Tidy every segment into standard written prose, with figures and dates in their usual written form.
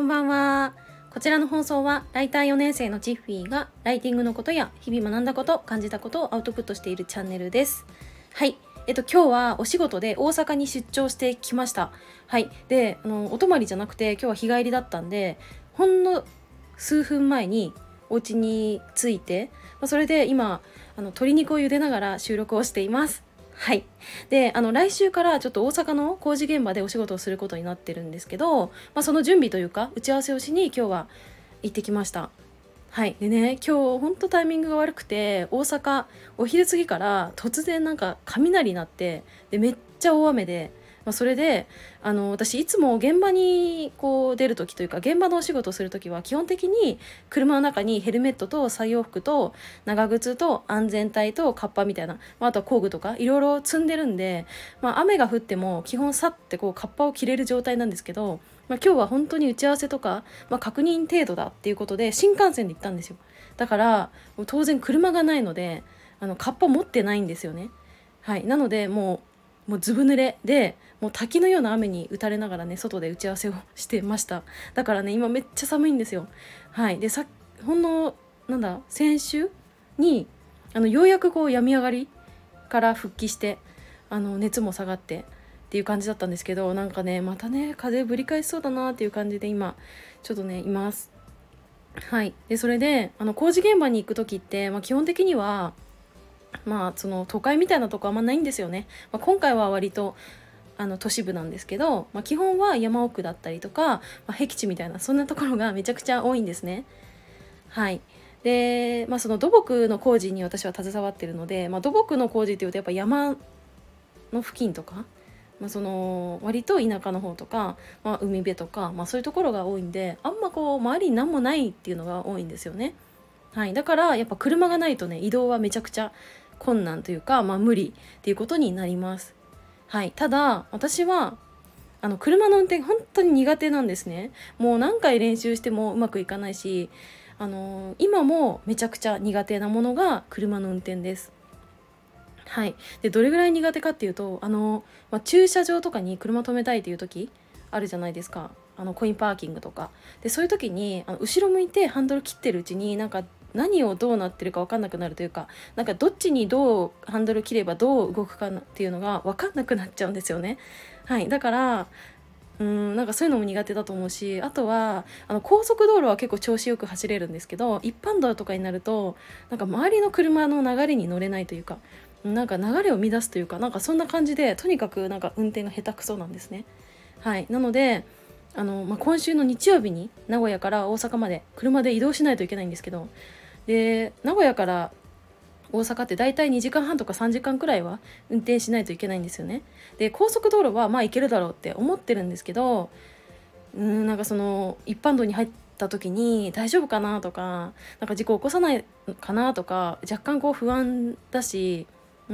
こんばんは。こちらの放送はライター4年生のチッフィーがライティングのことや日々学んだこと、感じたことをアウトプットしているチャンネルです。はい。今日はお仕事で大阪に出張してきました。はい。で、お泊まりじゃなくて今日は日帰りだったんで、ほんの数分前にお家に着いて、それで今鶏肉を茹でながら収録をしています。はい。で、来週からちょっと大阪の工事現場でお仕事をすることになってるんですけど、その準備というか打ち合わせをしに今日は行ってきました。はい。でね、今日ほんとタイミングが悪くて、大阪お昼過ぎから突然なんか雷鳴って、でめっちゃ大雨で、それで私いつも現場にこう出る時というか、現場のお仕事をする時は基本的に車の中にヘルメットと作業服と長靴と安全帯とカッパみたいな、あとは工具とかいろいろ積んでるんで、雨が降っても基本さってこうカッパを着れる状態なんですけど、今日は本当に打ち合わせとか、確認程度だっていうことで新幹線で行ったんですよ。だから当然車がないのでカッパ持ってないんですよね。はい。なのでもうずぶ濡れで、もう滝のような雨に打たれながらね、外で打ち合わせをしてました。だからね、今めっちゃ寒いんですよ。はい。で、ほんの先週にようやくこう病み上がりから復帰して、熱も下がってっていう感じだったんですけど、なんかねまたね風邪ぶり返しそうだなっていう感じで今ちょっとねいます。はい。でそれで工事現場に行く時って、基本的にはその都会みたいなとこあんまないんですよね。今回は割と都市部なんですけど、基本は山奥だったりとか、僻地みたいなそんなところがめちゃくちゃ多いんですね。はい。で、その土木の工事に私は携わってるので、土木の工事っていうとやっぱ山の付近とか、その割と田舎の方とか、海辺とか、そういうところが多いんで、あんまこう周りに何もないっていうのが多いんですよね。はい。だからやっぱ車がないとね、移動はめちゃくちゃ困難というか、無理っていうことになります。はい。ただ私は車の運転本当に苦手なんですね。もう何回練習してもうまくいかないし、今もめちゃくちゃ苦手なものが車の運転です。はい。でどれぐらい苦手かっていうと、駐車場とかに車止めたいっていう時あるじゃないですか。コインパーキングとかで、そういう時に後ろ向いてハンドル切ってるうちに何をどうなってるか分かんなくなるというか、どっちにどうハンドル切ればどう動くかっていうのが分かんなくなっちゃうんですよね。はい。だからそういうのも苦手だと思うし、あとは高速道路は結構調子よく走れるんですけど、一般道とかになると周りの車の流れに乗れないというか、流れを乱すというか、そんな感じで、とにかく運転が下手くそなんですね。はい。なので今週の日曜日に名古屋から大阪まで車で移動しないといけないんですけど、で名古屋から大阪ってだいたい2時間半とか3時間くらいは運転しないといけないんですよね。で高速道路は行けるだろうって思ってるんですけど、その一般道に入った時に大丈夫かなとか、事故起こさないかなとか、若干こう不安だし、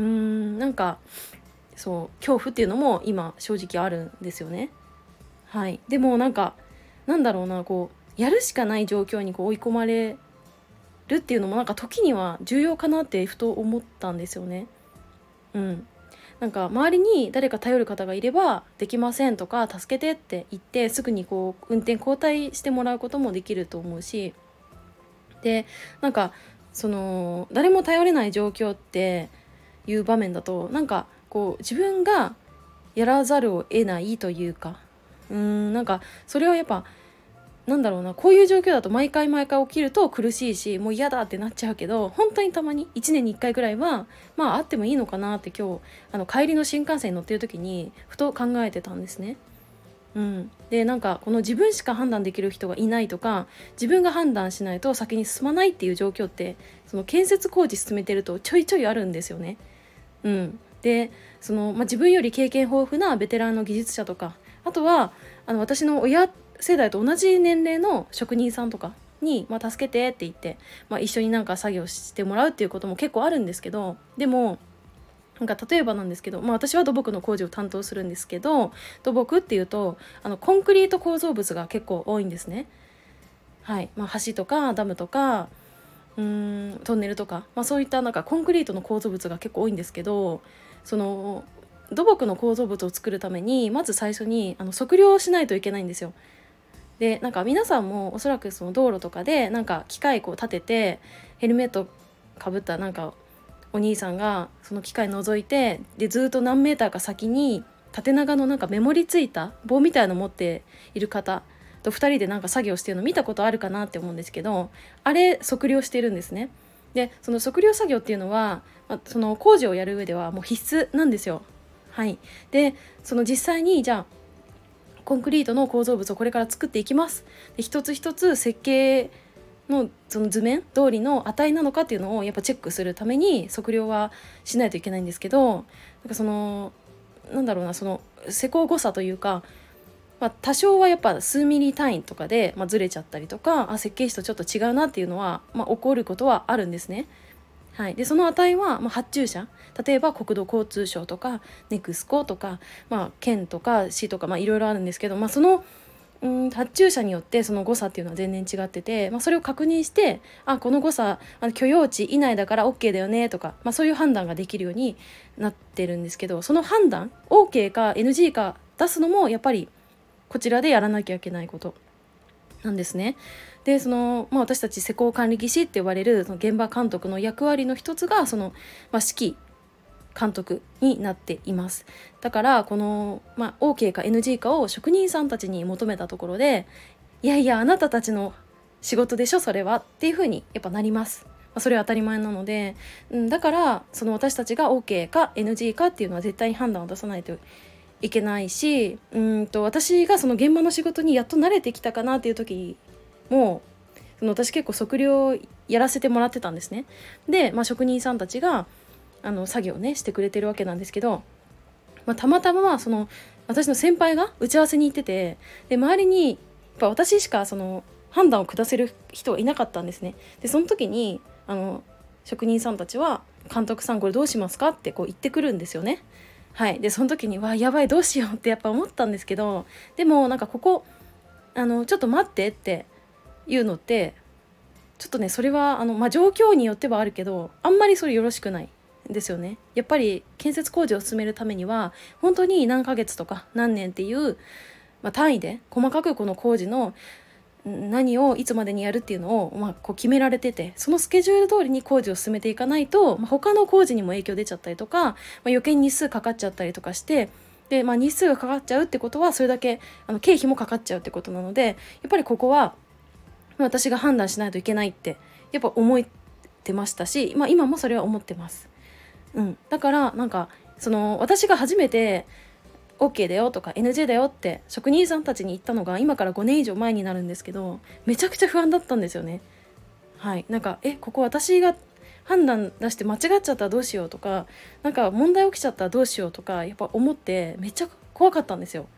そう恐怖っていうのも今正直あるんですよね。はい。でもこうやるしかない状況にこう追い込まれるっていうのも時には重要かなってふと思ったんですよね。うん。周りに誰か頼る方がいれば、できませんとか助けてって言ってすぐにこう運転交代してもらうこともできると思うし、でその誰も頼れない状況っていう場面だと、こう自分がやらざるを得ないというか、それはやっぱこういう状況だと毎回毎回起きると苦しいし、もう嫌だってなっちゃうけど、本当にたまに1年に1回ぐらいはあってもいいのかなって今日帰りの新幹線に乗ってる時にふと考えてたんですね。でこの自分しか判断できる人がいないとか、自分が判断しないと先に進まないっていう状況って、その建設工事進めてるとちょいちょいあるんですよね。で自分より経験豊富なベテランの技術者とか、あとは私の親世代と同じ年齢の職人さんとかに、助けてって言って、一緒に作業してもらうっていうことも結構あるんですけど、でも例えばなんですけど、私は土木の工事を担当するんですけど、土木っていうとコンクリート構造物が結構多いんですね。はい。橋とかダムとかトンネルとか、そういったコンクリートの構造物が結構多いんですけど、その土木の構造物を作るためにまず最初に測量をしないといけないんですよ。 でなんか皆さんもおそらくその道路とかでなんか機械こう立ててヘルメットかぶったなんかお兄さんがその機械覗いて、でずっと何メーターか先に縦長のなんかメモリついた棒みたいの持っている方と2人でなんか作業してるの見たことあるかなって思うんですけど、あれ測量してるんですね。でその測量作業っていうのは、その工事をやる上ではもう必須なんですよ。はい。でその実際にじゃあコンクリートの構造物をこれから作っていきます。で一つ一つ設計のその図面通りの値なのかっていうのをやっぱチェックするために測量はしないといけないんですけど、なんかそのなんだろうな、その施工誤差というか、多少はやっぱ数ミリ単位とかで、ずれちゃったりとか、設計士とちょっと違うなっていうのは、起こることはあるんですね。はい、でその値は、発注者、例えば国土交通省とかネクスコとか、県とか市とか、いろいろあるんですけど、その発注者によってその誤差っていうのは全然違ってて、それを確認して、この誤差許容値以内だから OK だよねとか、そういう判断ができるようになってるんですけど、その判断 OK か NG か出すのもやっぱりこちらでやらなきゃいけないことなんですね。でその、私たち施工管理技師って呼ばれるその現場監督の役割の一つがその、指揮監督になっています。だからこの、OK か NG かを職人さんたちに求めたところで、いやいやあなたたちの仕事でしょそれはっていうふうにやっぱなります。それは当たり前なので、だからその私たちが OK か NG かっていうのは絶対に判断を出さないといけないし、私がその現場の仕事にやっと慣れてきたかなっていう時も、私結構測量やらせてもらってたんですね。で、職人さんたちが作業をねしてくれてるわけなんですけど、たまたまその私の先輩が打ち合わせに行ってて、で周りにやっぱ私しかその判断を下せる人はいなかったんですね。でその時に職人さんたちは監督さんこれどうしますかってこう言ってくるんですよね。はい。でその時にやばいどうしようってやっぱ思ったんですけど、でもなんかここちょっと待ってっていうのってちょっとねそれは状況によってはあるけど、あんまりそれよろしくないですよね。やっぱり建設工事を進めるためには本当に何ヶ月とか何年っていう、単位で細かくこの工事の何をいつまでにやるっていうのを、こう決められてて、そのスケジュール通りに工事を進めていかないと、他の工事にも影響出ちゃったりとか、余計に日数かかっちゃったりとかして、で、日数がかかっちゃうってことはそれだけ経費もかかっちゃうってことなので、やっぱりここは私が判断しないといけないってやっぱ思ってましたし、今もそれは思ってます。だからなんかその私が初めて OK だよとか NG だよって職人さんたちに言ったのが今から5年以上前になるんですけど、めちゃくちゃ不安だったんですよね。はい。なんかここ私が判断出して間違っちゃったらどうしようとか、なんか問題起きちゃったらどうしようとかやっぱ思ってめっちゃ怖かったんですよ。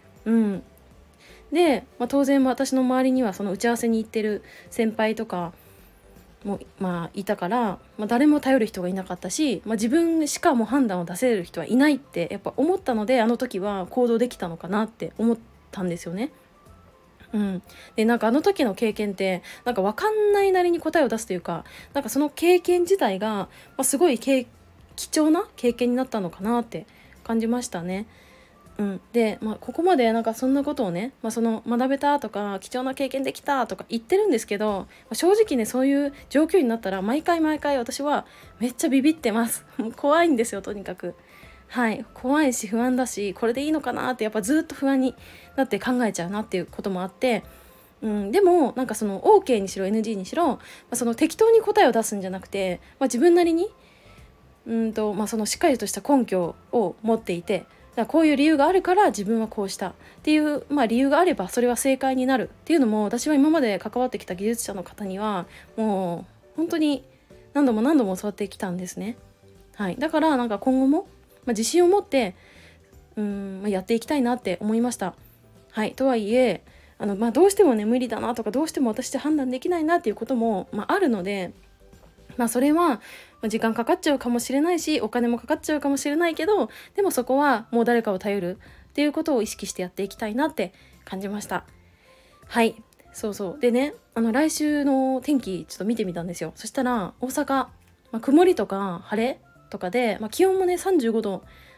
で、当然私の周りにはその打ち合わせに行ってる先輩とかもいたから、誰も頼る人がいなかったし、自分しかも判断を出せる人はいないってやっぱ思ったので、あの時は行動できたのかなって思ったんですよね。でなんかあの時の経験ってなんか分かんないなりに答えを出すというか、なんかその経験自体が、すごい貴重な経験になったのかなって感じましたね。で、ここまでなんかそんなことをね、その学べたとか貴重な経験できたとか言ってるんですけど、正直ねそういう状況になったら毎回私はめっちゃビビってます。もう怖いんですよとにかく。はい、怖いし不安だし、これでいいのかなってやっぱずっと不安になって考えちゃうなっていうこともあって、でもなんかその OK にしろ NG にしろ、その適当に答えを出すんじゃなくて、自分なりにそのしっかりとした根拠を持っていて、だからこういう理由があるから自分はこうしたっていう、理由があればそれは正解になるっていうのも、私は今まで関わってきた技術者の方にはもう本当に何度も何度も教わってきたんですね。はい、だからなんか今後も、自信を持ってやっていきたいなって思いました。はい、とはいえどうしてもね無理だなとか、どうしても私で判断できないなっていうことも、あるので、それは時間かかっちゃうかもしれないし、お金もかかっちゃうかもしれないけど、でもそこはもう誰かを頼るっていうことを意識してやっていきたいなって感じました。はい、そうでね、来週の天気ちょっと見てみたんですよ。そしたら大阪、曇りとか晴れとかで、気温もね35度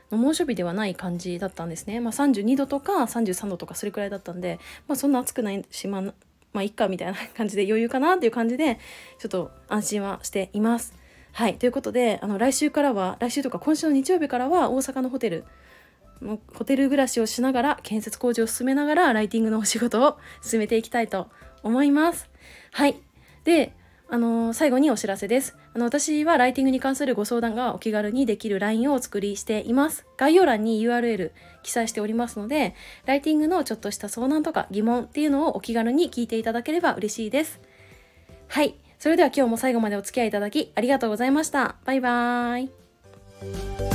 猛暑日ではない感じだったんですね。32度とか33度とかそれくらいだったんで、そんな暑くないし、いっかみたいな感じで余裕かなっていう感じでちょっと安心はしています。はい、ということで来週とか今週の日曜日からは大阪のホテル暮らしをしながら建設工事を進めながらライティングのお仕事を進めていきたいと思います。はい。で、最後にお知らせです。私はライティングに関するご相談がお気軽にできる LINE をお作りしています。概要欄に URL 記載しておりますので、ライティングのちょっとした相談とか疑問っていうのをお気軽に聞いていただければ嬉しいです。はい。それでは今日も最後までお付き合いいただきありがとうございました。バイバーイ。